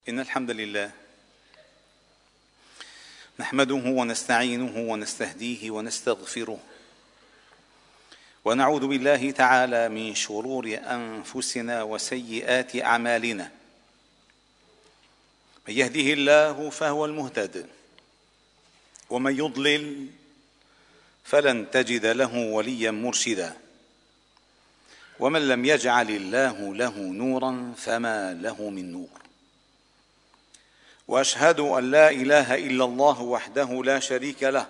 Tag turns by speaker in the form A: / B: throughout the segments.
A: إن الحمد لله نحمده ونستعينه ونستهديه ونستغفره، ونعوذ بالله تعالى من شرور أنفسنا وسيئات أعمالنا. من يهده الله فهو المهتد، ومن يضلل فلن تجد له وليا مرشدا، ومن لم يجعل الله له نورا فما له من نور. وأشهد أن لا إله إلا الله وحده لا شريك له،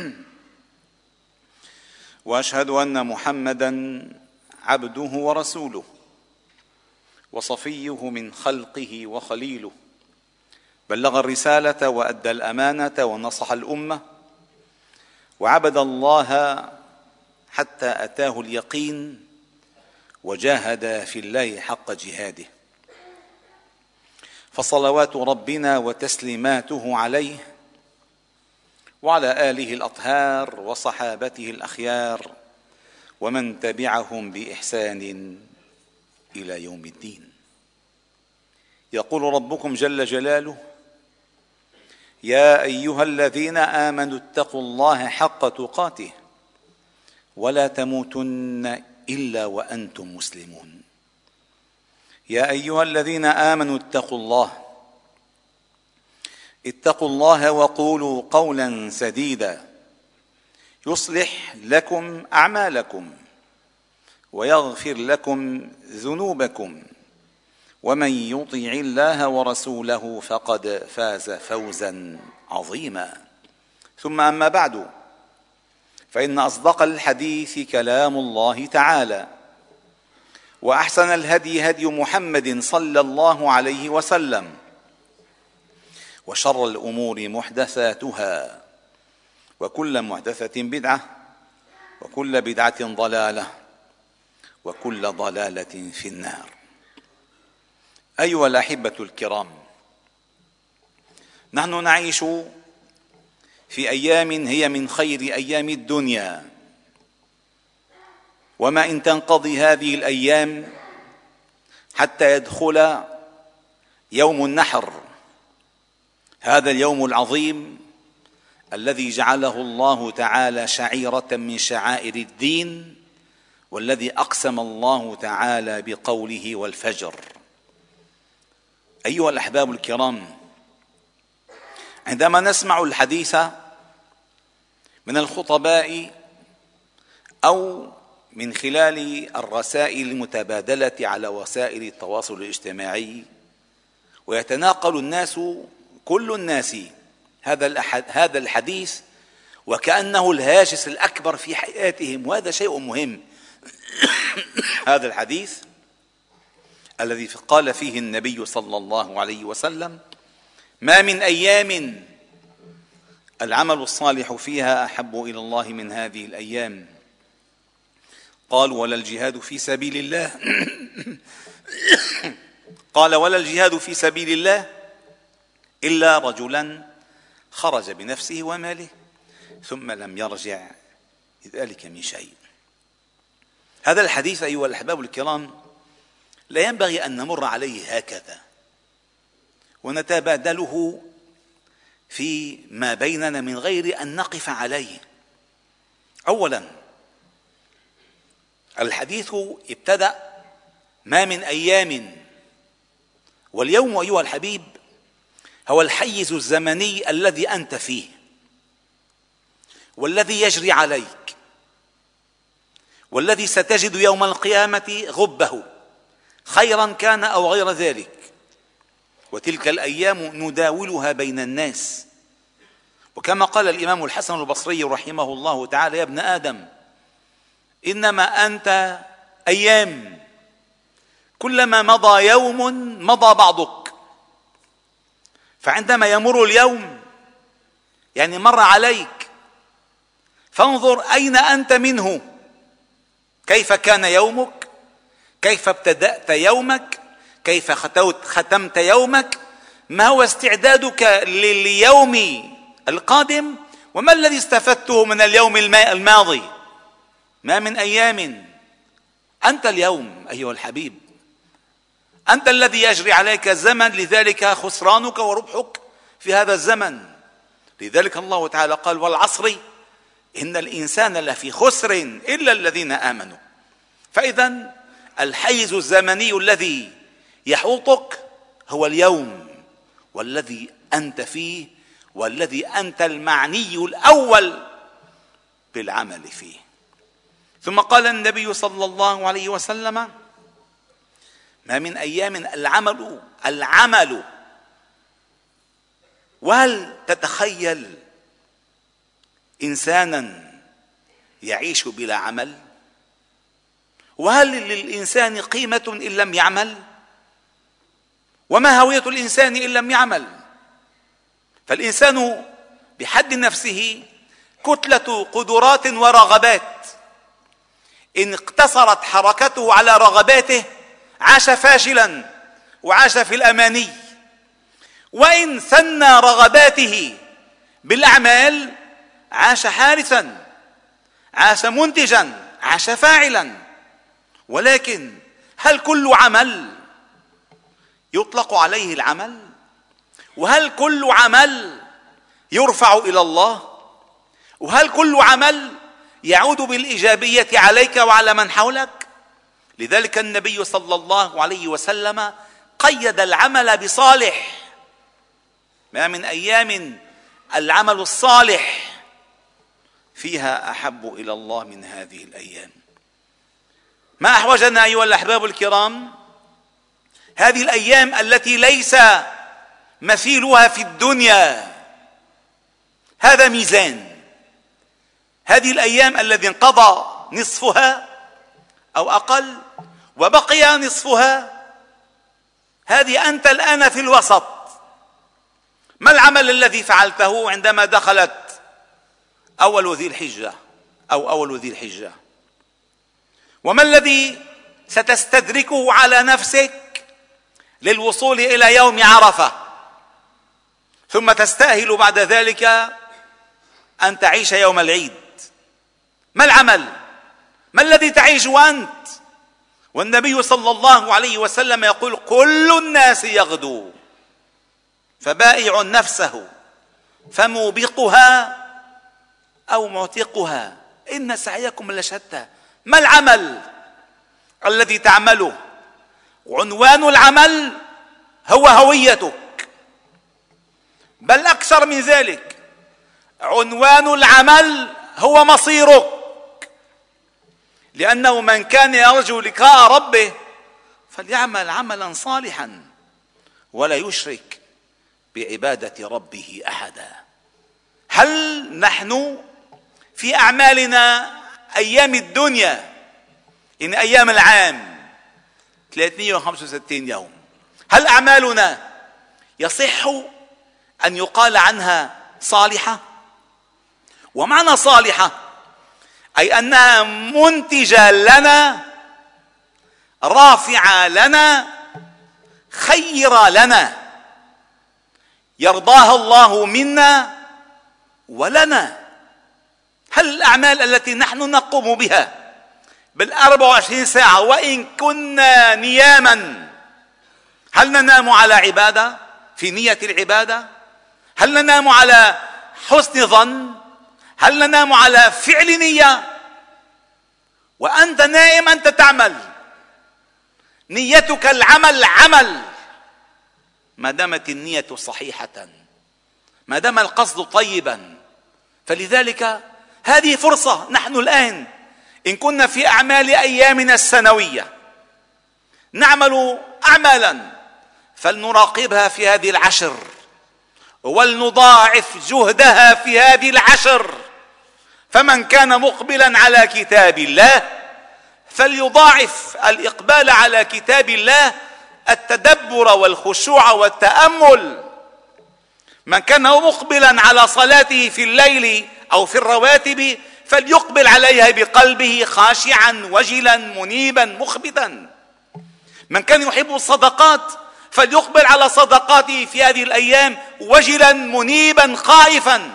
A: وأشهد أن محمدا عبده ورسوله وصفيه من خلقه وخليله، بلغ الرسالة وأدى الأمانة ونصح الأمة، وعبد الله حتى أتاه اليقين، وجاهد في الله حق جهاده. فصلوات ربنا وتسليماته عليه وعلى آله الأطهار وصحابته الأخيار ومن تبعهم بإحسان إلى يوم الدين. يقول ربكم جل جلاله: يا أيها الذين آمنوا اتقوا الله حق تقاته ولا تموتن إلا وأنتم مسلمون. يا أيها الذين آمنوا اتقوا الله وقولوا قولا سديدا يصلح لكم أعمالكم ويغفر لكم ذنوبكم، ومن يطع الله ورسوله فقد فاز فوزا عظيما. ثم أما بعد، فإن أصدق الحديث كلام الله تعالى، وأحسن الهدي هدي محمد صلى الله عليه وسلم، وشر الأمور محدثاتها، وكل محدثة بدعة، وكل بدعة ضلالة، وكل ضلالة في النار. أيها الأحبة الكرام، نحن نعيش في أيام هي من خير أيام الدنيا، وما إن تنقضي هذه الأيام حتى يدخل يوم النحر، هذا اليوم العظيم الذي جعله الله تعالى شعيرة من شعائر الدين، والذي أقسم الله تعالى بقوله: والفجر. أيها الأحباب الكرام، عندما نسمع الحديث من الخطباء أو من خلال الرسائل المتبادلة على وسائل التواصل الاجتماعي، ويتناقل الناس كل الناس هذا الحديث وكأنه الهاجس الأكبر في حياتهم، وهذا شيء مهم. هذا الحديث الذي قال فيه النبي صلى الله عليه وسلم: ما من أيام العمل الصالح فيها أحب إلى الله من هذه الأيام. قال: ولا الجهاد في سبيل الله قال: ولا الجهاد في سبيل الله إلا رجلا خرج بنفسه وماله ثم لم يرجع لذلك من شيء. هذا الحديث أيها الأحباب الكرام لا ينبغي أن نمر عليه هكذا ونتبادله في ما بيننا من غير أن نقف عليه. أولا، الحديث ابتدأ ما من أيام، واليوم أيها الحبيب هو الحيز الزمني الذي أنت فيه والذي يجري عليك، والذي ستجد يوم القيامة غبه، خيرا كان أو غير ذلك. وتلك الأيام نداولها بين الناس، وكما قال الإمام الحسن البصري رحمه الله تعالى: يا ابن آدم، إنما أنت أيام، كلما مضى يوم مضى بعضك. فعندما يمر اليوم يعني مر عليك، فانظر أين أنت منه، كيف كان يومك، كيف ابتدأت يومك، كيف ختمت يومك، ما هو استعدادك لليوم القادم، وما الذي استفدته من اليوم الماضي. ما من أيام، أنت اليوم أيها الحبيب، أنت الذي يجري عليك الزمن، لذلك خسرانك وربحك في هذا الزمن. لذلك الله تعالى قال: والعصر إن الإنسان لفي خسر إلا الذين آمنوا. فإذا الحيز الزمني الذي يحوطك هو اليوم، والذي أنت فيه، والذي أنت المعني الأول بالعمل فيه. ثم قال النبي صلى الله عليه وسلم: ما من أيام العمل. وهل تتخيل إنسانا يعيش بلا عمل؟ وهل للإنسان قيمة إن لم يعمل؟ وما هوية الإنسان إن لم يعمل؟ فالإنسان بحد نفسه كتلة قدرات ورغبات، إن اقتصرت حركته على رغباته عاش فاشلا وعاش في الأماني، وإن ثنى رغباته بالأعمال عاش حارسا، عاش منتجا، عاش فاعلا. ولكن هل كل عمل يطلق عليه العمل؟ وهل كل عمل يرفع إلى الله؟ وهل كل عمل يعود بالإيجابية عليك وعلى من حولك؟ لذلك النبي صلى الله عليه وسلم قيد العمل بصالح. ما من أيام العمل الصالح فيها أحب إلى الله من هذه الأيام. ما أحوجنا أيها الأحباب الكرام هذه الأيام التي ليس مثيلها في الدنيا. هذا ميزان. هذه الأيام الذي انقضى نصفها أو أقل وبقي نصفها، هذه أنت الآن في الوسط. ما العمل الذي فعلته عندما دخلت أول ذي الحجة أو أول ذي الحجة؟ وما الذي ستستدركه على نفسك للوصول إلى يوم عرفة، ثم تستأهل بعد ذلك أن تعيش يوم العيد؟ ما العمل؟ ما الذي تعيش أنت؟ والنبي صلى الله عليه وسلم يقول: كل الناس يغدو فبائع نفسه فموبقها أو معتقها إن سعيكم لشتى. ما العمل الذي تعمله؟ عنوان العمل هو هويتك، بل أكثر من ذلك، عنوان العمل هو مصيرك. لأنه من كان يرجو لقاء ربه فليعمل عملا صالحا ولا يشرك بعبادة ربه أحدا. هل نحن في أعمالنا أيام الدنيا، إن أيام العام 365 يوم، هل أعمالنا يصح أن يقال عنها صالحة؟ ومعنى صالحة أي أنها منتجة لنا، رافعة لنا، خيرة لنا، يرضاها الله منا ولنا. هل الأعمال التي نحن نقوم بها بال24 ساعة وإن كنا نياما، هل ننام على عبادة في نية العبادة؟ هل ننام على حسن ظن؟ هل ننام على فعل نية؟ وأنت نائم أنت تعمل، نيتك العمل عمل، ما دامت النية صحيحة، ما دام القصد طيبا. فلذلك هذه فرصة. نحن الآن إن كنا في أعمال أيامنا السنوية نعمل أعمالا فلنراقبها في هذه العشر، ولنضاعف جهدها في هذه العشر. فمن كان مقبلا على كتاب الله فليضاعف الإقبال على كتاب الله، التدبر والخشوع والتأمل. من كان مقبلا على صلاته في الليل أو في الرواتب فليقبل عليها بقلبه خاشعا وجلا منيبا مخبتا. من كان يحب الصدقات فليقبل على صدقاته في هذه الأيام وجلا منيبا خائفا.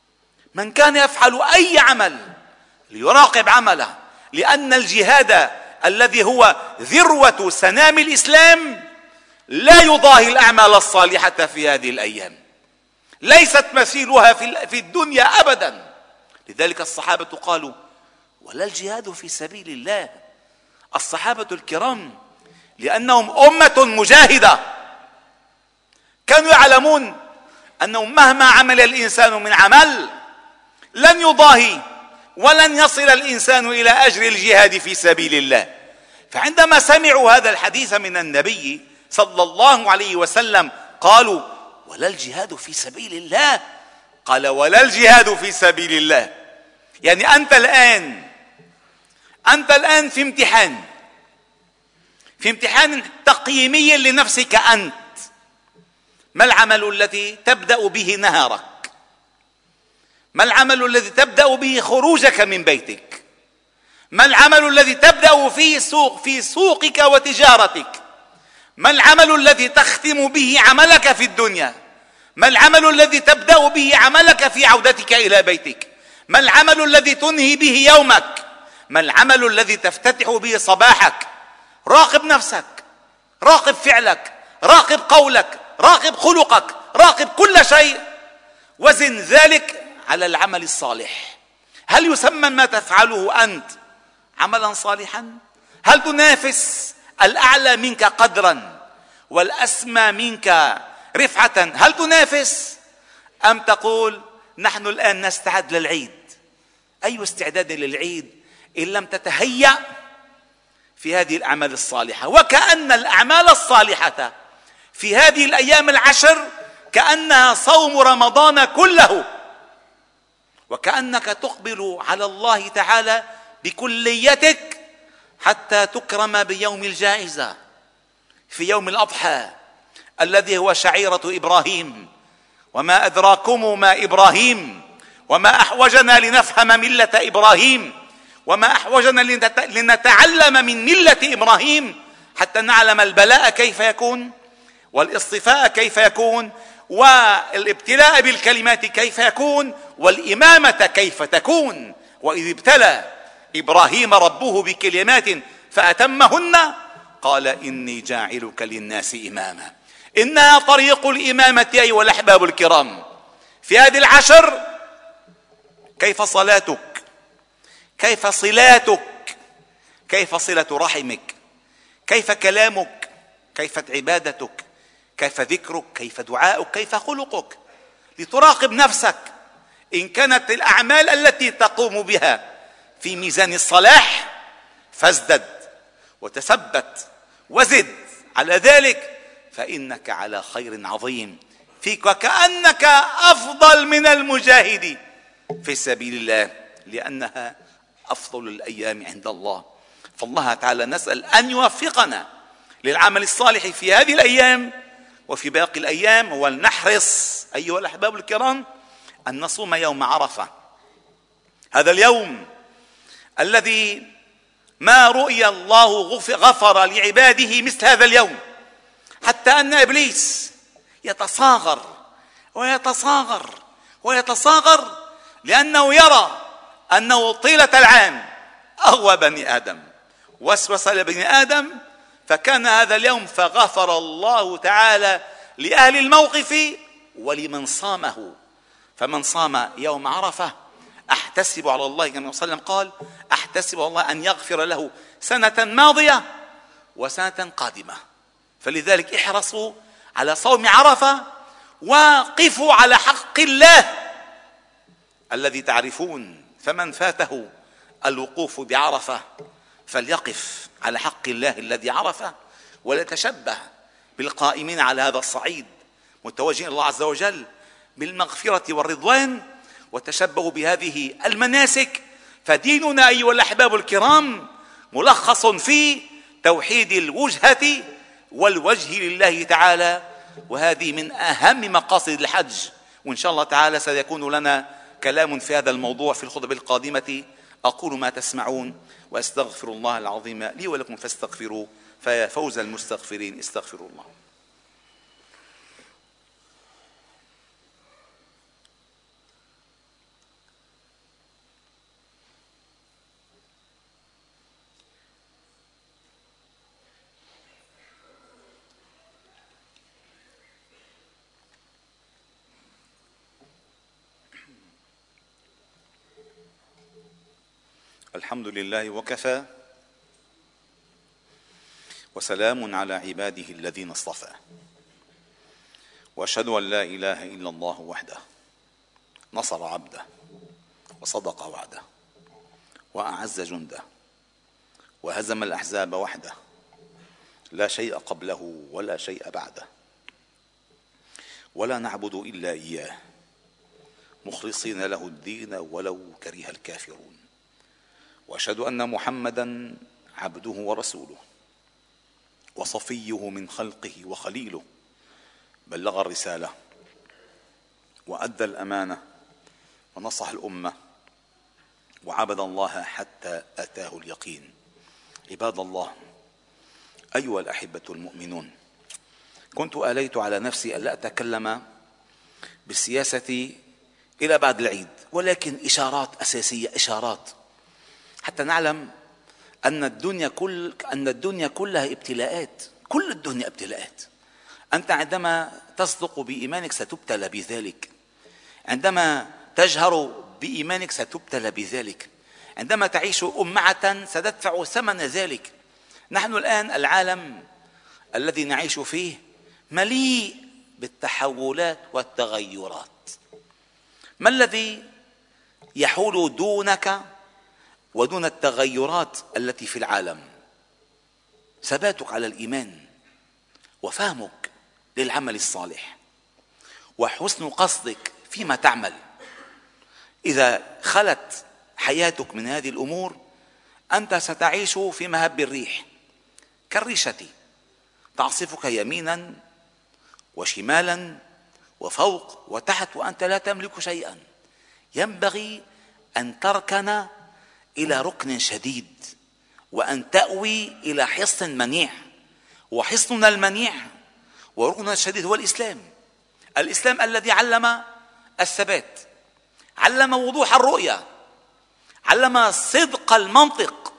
A: من كان يفعل أي عمل ليراقب عمله، لأن الجهاد الذي هو ذروة سنام الإسلام لا يضاهي الأعمال الصالحة في هذه الأيام، ليست مثيلها في الدنيا أبدا. لذلك الصحابة قالوا: ولا الجهاد في سبيل الله. الصحابة الكرام لأنهم أمة مجاهدة كانوا يعلمون أنه مهما عمل الإنسان من عمل لن يضاهي ولن يصل الإنسان إلى أجر الجهاد في سبيل الله. فعندما سمعوا هذا الحديث من النبي صلى الله عليه وسلم قالوا: ولا الجهاد في سبيل الله. قال: ولا الجهاد في سبيل الله، يعني أنت الآن في امتحان تقييمي لنفسك أنت. ما العمل الذي تبدأ به نهارك؟ ما العمل الذي تبدأ به خروجك من بيتك؟ ما العمل الذي تبدأ في سوقك وتجارتك؟ ما العمل الذي تختم به عملك في الدنيا؟ ما العمل الذي تبدأ به عملك في عودتك إلى بيتك؟ ما العمل الذي تنهي به يومك؟ ما العمل الذي تفتتح به صباحك؟ راقب نفسك، راقب فعلك، راقب قولك، راقب خلقك، راقب كل شيء، وزن ذلك على العمل الصالح. هل يسمى ما تفعله أنت عملا صالحا؟ هل تنافس الأعلى منك قدرا والأسمى منك رفعة؟ هل تنافس أم تقول: نحن الآن نستعد للعيد؟ أي استعداد للعيد إن لم تتهيأ في هذه الأعمال الصالحة؟ وكأن الأعمال الصالحة في هذه الأيام العشر كأنها صوم رمضان كله، وكأنك تقبل على الله تعالى بكليتك حتى تكرم بيوم الجائزة، في يوم الأضحى الذي هو شعيرة إبراهيم. وما أدراكم ما إبراهيم، وما أحوجنا لنفهم ملة إبراهيم، وما أحوجنا لنتعلم من ملة إبراهيم حتى نعلم البلاء كيف يكون، والاصطفاء كيف يكون، والابتلاء بالكلمات كيف يكون، والإمامة كيف تكون. وإذ ابتلى إبراهيم ربه بكلمات فأتمهن قال: إني جاعلك للناس إماما. إنها طريق الإمامة أيها الأحباب الكرام في هذه العشر. كيف صلاتك؟ كيف صلاتك؟ كيف صلة رحمك؟ كيف كلامك؟ كيف عبادتك؟ كيف ذكرك؟ كيف دعاؤك؟ كيف خلقك؟ لتراقب نفسك. إن كانت الأعمال التي تقوم بها في ميزان الصلاح فازدد وتثبت وزد على ذلك، فإنك على خير عظيم فيك، وكأنك أفضل من المجاهد في سبيل الله، لأنها أفضل الأيام عند الله. فالله تعالى نسأل أن يوفقنا للعمل الصالح في هذه الأيام وفي باقي الأيام. ولنحرص أيها الأحباب الكرام أن نصوم يوم عرفة، هذا اليوم الذي ما رؤي الله غفر لعباده مثل هذا اليوم، حتى أن إبليس يتصاغر ويتصاغر ويتصاغر لأنه يرى أنه طيلة العام أغوى بني آدم، وسوس لبني آدم، فكان هذا اليوم فغفر الله تعالى لأهل الموقف ولمن صامه. فمن صام يوم عرفة أحتسب على الله كما صلى الله عليه وسلم قال: أحتسب على الله أن يغفر له سنة ماضية وسنة قادمة. فلذلك احرصوا على صوم عرفة، وقفوا على حق الله الذي تعرفون. فمن فاته الوقوف بعرفة فليقف على حق الله الذي عرفه، وليتشبه بالقائمين على هذا الصعيد متوجهين الله عز وجل بالمغفرة والرضوان، وتشبهوا بهذه المناسك. فديننا أيها الأحباب الكرام ملخص في توحيد الوجهة والوجه لله تعالى، وهذه من أهم مقاصد الحج. وإن شاء الله تعالى سيكون لنا كلام في هذا الموضوع في الخطب القادمة. أقول ما تسمعون وأستغفر الله العظيم لي ولكم فاستغفروه، فيا فوز المستغفرين. استغفروا الله. الحمد لله وكفى، وسلام على عباده الذين اصطفى، واشهد ان لا اله الا الله وحده نصر عبده وصدق وعده واعز جنده وهزم الاحزاب وحده، لا شيء قبله ولا شيء بعده، ولا نعبد الا اياه مخلصين له الدين ولو كره الكافرون. واشهد ان محمدا عبده ورسوله وصفيه من خلقه وخليله، بلغ الرسالة وأدى الأمانة ونصح الأمة وعبد الله حتى أتاه اليقين. عباد الله، أيها الأحبة المؤمنون، كنت آليت على نفسي ألا أتكلم بالسياسة إلى بعد العيد، ولكن إشارات أساسية، إشارات حتى نعلم أن الدنيا كلها ابتلاءات، كل الدنيا ابتلاءات. أنت عندما تصدق بإيمانك ستبتلى بذلك، عندما تجهر بإيمانك ستبتلى بذلك، عندما تعيش أمعة ستدفع ثمن ذلك. نحن الآن العالم الذي نعيش فيه مليء بالتحولات والتغيرات. ما الذي يحول دونك ودون التغيرات التي في العالم؟ ثباتك على الإيمان، وفهمك للعمل الصالح، وحسن قصدك فيما تعمل. إذا خلت حياتك من هذه الأمور أنت ستعيش في مهب الريح كالريشة، تعصفك يمينا وشمالا وفوق وتحت وأنت لا تملك شيئا. ينبغي أن تركن إلى ركن شديد، وأن تأوي إلى حصن منيع، وحصننا المنيع وركننا الشديد هو الإسلام. الإسلام الذي علم الثبات، علم وضوح الرؤية، علم صدق المنطق،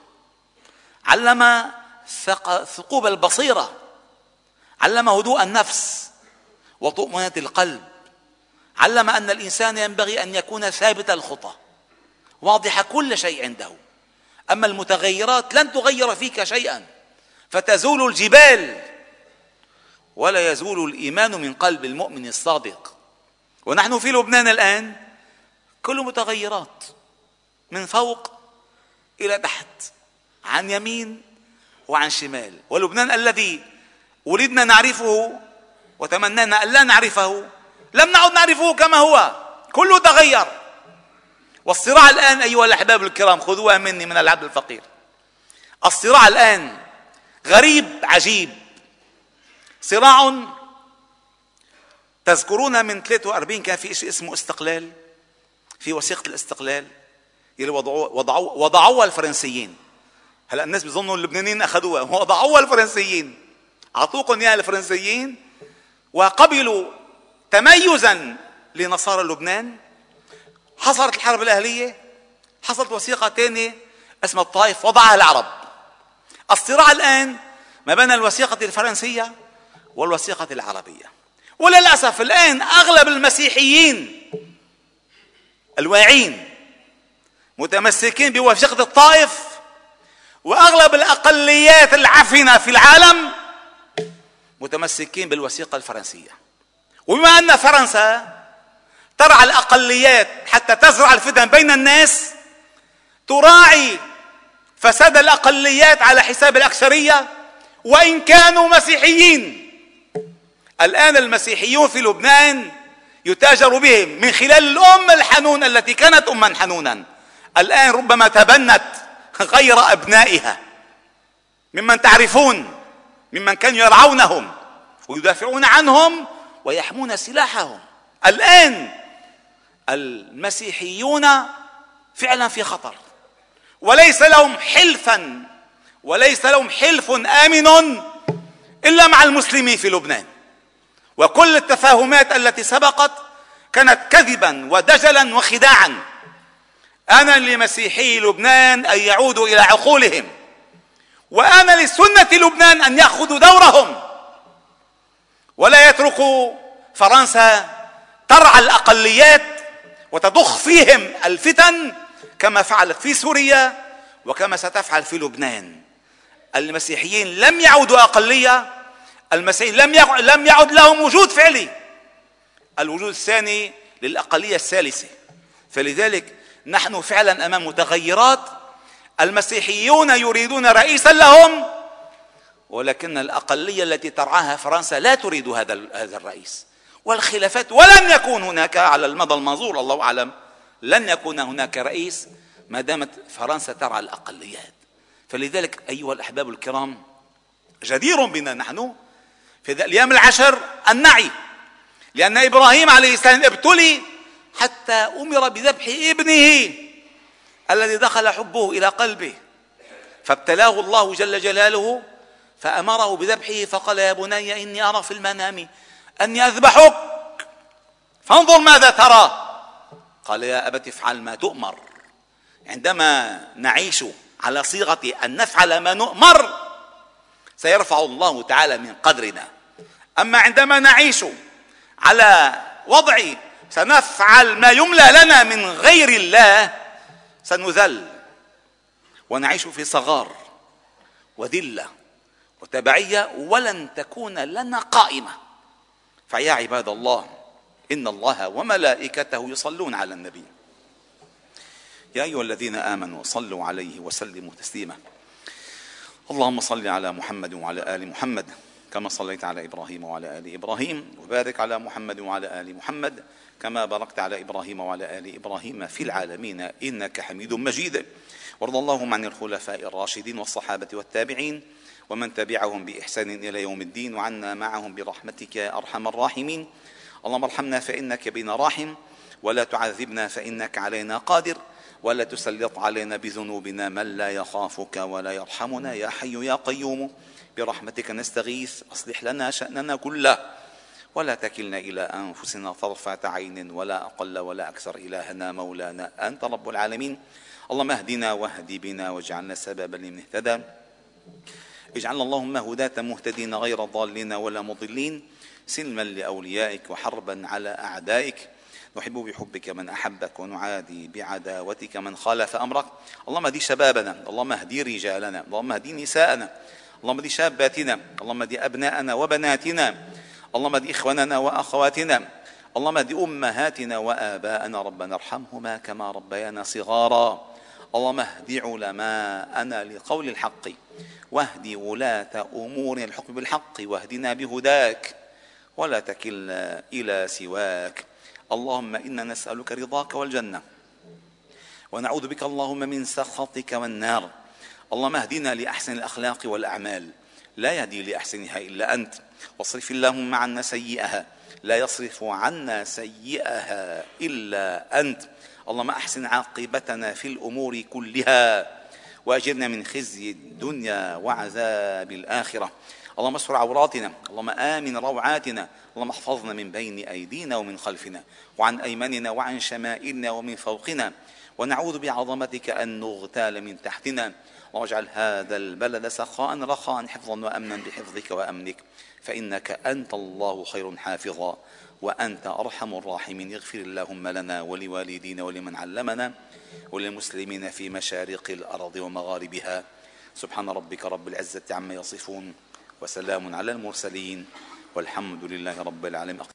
A: علم ثقوب البصيرة، علم هدوء النفس وطمأنينة القلب، علم أن الإنسان ينبغي أن يكون ثابت الخطى، واضح كل شيء عنده. أما المتغيرات لن تغير فيك شيئا، فتزول الجبال ولا يزول الإيمان من قلب المؤمن الصادق. ونحن في لبنان الآن كل متغيرات، من فوق إلى تحت، عن يمين وعن شمال. ولبنان الذي ولدنا نعرفه وتمنينا أن لا نعرفه لم نعد نعرفه كما هو، كله تغير. والصراع الآن أيها الأحباب الكرام، خذوها مني من العبد الفقير، الصراع الآن غريب عجيب. صراع تذكرون من 43 كان في شيء اسمه استقلال، في وثيقة الاستقلال اللي وضعوها الفرنسيين. هلا الناس بيظنوا اللبنانيين أخذوها، وضعوها الفرنسيين، أعطوكم إياها الفرنسيين، وقبلوا تميزا لنصارى لبنان. حصلت الحرب الأهلية، حصلت وثيقة ثانية اسمها الطائف، وضعها العرب. الصراع الآن ما بين الوثيقة الفرنسية والوثيقة العربية. وللأسف الآن أغلب المسيحيين الواعين متمسكين بوثيقة الطائف، وأغلب الأقليات العفنة في العالم متمسكين بالوثيقة الفرنسية. وبما أن فرنسا ترعى الأقليات حتى تزرع الفتن بين الناس، تراعي فساد الأقليات على حساب الأكثرية وإن كانوا مسيحيين. الآن المسيحيون في لبنان يتاجر بهم من خلال الأم الحنون التي كانت أما حنونا، الآن ربما تبنت غير أبنائها ممن تعرفون، ممن كانوا يرعونهم ويدافعون عنهم ويحمون سلاحهم. الآن المسيحيون فعلا في خطر، وليس لهم حلفا، وليس لهم حلف آمن إلا مع المسلمين في لبنان. وكل التفاهمات التي سبقت كانت كذبا ودجلا وخداعا. أنا لمسيحي لبنان أن يعودوا إلى عقولهم، وأنا لسنة لبنان أن يأخذوا دورهم، ولا يتركوا فرنسا ترعى الأقليات وتضخ فيهم الفتن كما فعلت في سوريا وكما ستفعل في لبنان. المسيحيين لم يعودوا أقلية، المسيحيين لم يعد لهم وجود فعلي. الوجود الثاني للأقلية الثالثة. فلذلك نحن فعلا أمام متغيرات. المسيحيون يريدون رئيسا لهم، ولكن الأقلية التي ترعاها فرنسا لا تريد هذا الرئيس. والخلافات، ولن يكون هناك على المدى المنظور الله أعلم، لن يكون هناك رئيس ما دامت فرنسا ترعى الأقليات. فلذلك أيها الأحباب الكرام، جدير بنا نحن في الأيام العشر أن نعي، لأن إبراهيم عليه السلام ابتلي حتى أمر بذبح ابنه الذي دخل حبه إلى قلبه، فابتلاه الله جل جلاله فأمره بذبحه، فقال يا بني إني أرى في المنام أني أذبحك فانظر ماذا ترى. قال يا أبت افعل ما تؤمر. عندما نعيش على صيغة أن نفعل ما نؤمر سيرفع الله تعالى من قدرنا. أما عندما نعيش على وضع سنفعل ما يملى لنا من غير الله سنذل ونعيش في صغار وذلة وتبعية، ولن تكون لنا قائمة. فيا عباد الله، إن الله وملائكته يصلون على النبي يا أيها الذين آمنوا صلوا عليه وسلموا تسليما. اللهم صل على محمد وعلى آل محمد كما صليت على إبراهيم وعلى آل إبراهيم، وبارك على محمد وعلى آل محمد كما باركت على إبراهيم وعلى آل إبراهيم في العالمين إنك حميد مجيد. وارض اللهم عن الخلفاء الراشدين والصحابة والتابعين ومن تبعهم بإحسان إلى يوم الدين، وعنا معهم برحمتك يا أرحم الراحمين. اللهم ارحمنا فإنك بنا راحم، ولا تعذبنا فإنك علينا قادر، ولا تسلط علينا بذنوبنا من لا يخافك ولا يرحمنا. يا حي يا قيوم برحمتك نستغيث، أصلح لنا شأننا كله ولا تكلنا إلى أنفسنا طرفة عين ولا أقل ولا أكثر. إلهنا مولانا أنت رب العالمين. اللهم اهدنا واهدي بنا واجعلنا سببا لمن اهتدى. اجعلنا اللهم هداة مهتدين غير ضالين ولا مضلين، سلما لأوليائك وحربا على أعدائك. نحب بحبك من أحبك ونعادي بعداوتك من خالف أمرك. اللهم اهدي شبابنا، اللهم اهدي رجالنا، اللهم اهدي نساءنا، اللهم اهدي شاباتنا، اللهم اهدي أبناءنا وبناتنا، اللهم اهدي إخواننا وأخواتنا، اللهم اهدي أمهاتنا وآباءنا، ربنا ارحمهما كما ربيانا صغارا. اللهم اهدي علماءنا لقول الحق، واهدي ولاة أمورنا الحكم بالحق، واهدنا بهداك ولا تكلنا إلى سواك. اللهم إنا نسألك رضاك والجنة، ونعوذ بك اللهم من سخطك والنار. اللهم اهدنا لأحسن الأخلاق والأعمال، لا يهدي لأحسنها إلا أنت، واصرف اللهم عنا سيئها، لا يصرف عنا سيئها إلا أنت. اللهم أحسن عاقبتنا في الأمور كلها، وأجرنا من خزي الدنيا وعذاب الآخرة. اللهم استر عوراتنا، اللهم آمن روعاتنا، اللهم احفظنا من بين أيدينا ومن خلفنا وعن أيماننا وعن شمائلنا ومن فوقنا، ونعوذ بعظمتك أن نغتال من تحتنا. اللهم اجعل هذا البلد سخاء رخاء حفظا وأمنا بحفظك وأمنك، فإنك أنت الله خير حافظا وأنت أرحم الراحمين. اغفر اللهم لنا ولوالدينا ولمن علمنا وللمسلمين في مشارق الأرض ومغاربها. سبحان ربك رب العزة عما يصفون، وسلام على المرسلين، والحمد لله رب العالمين.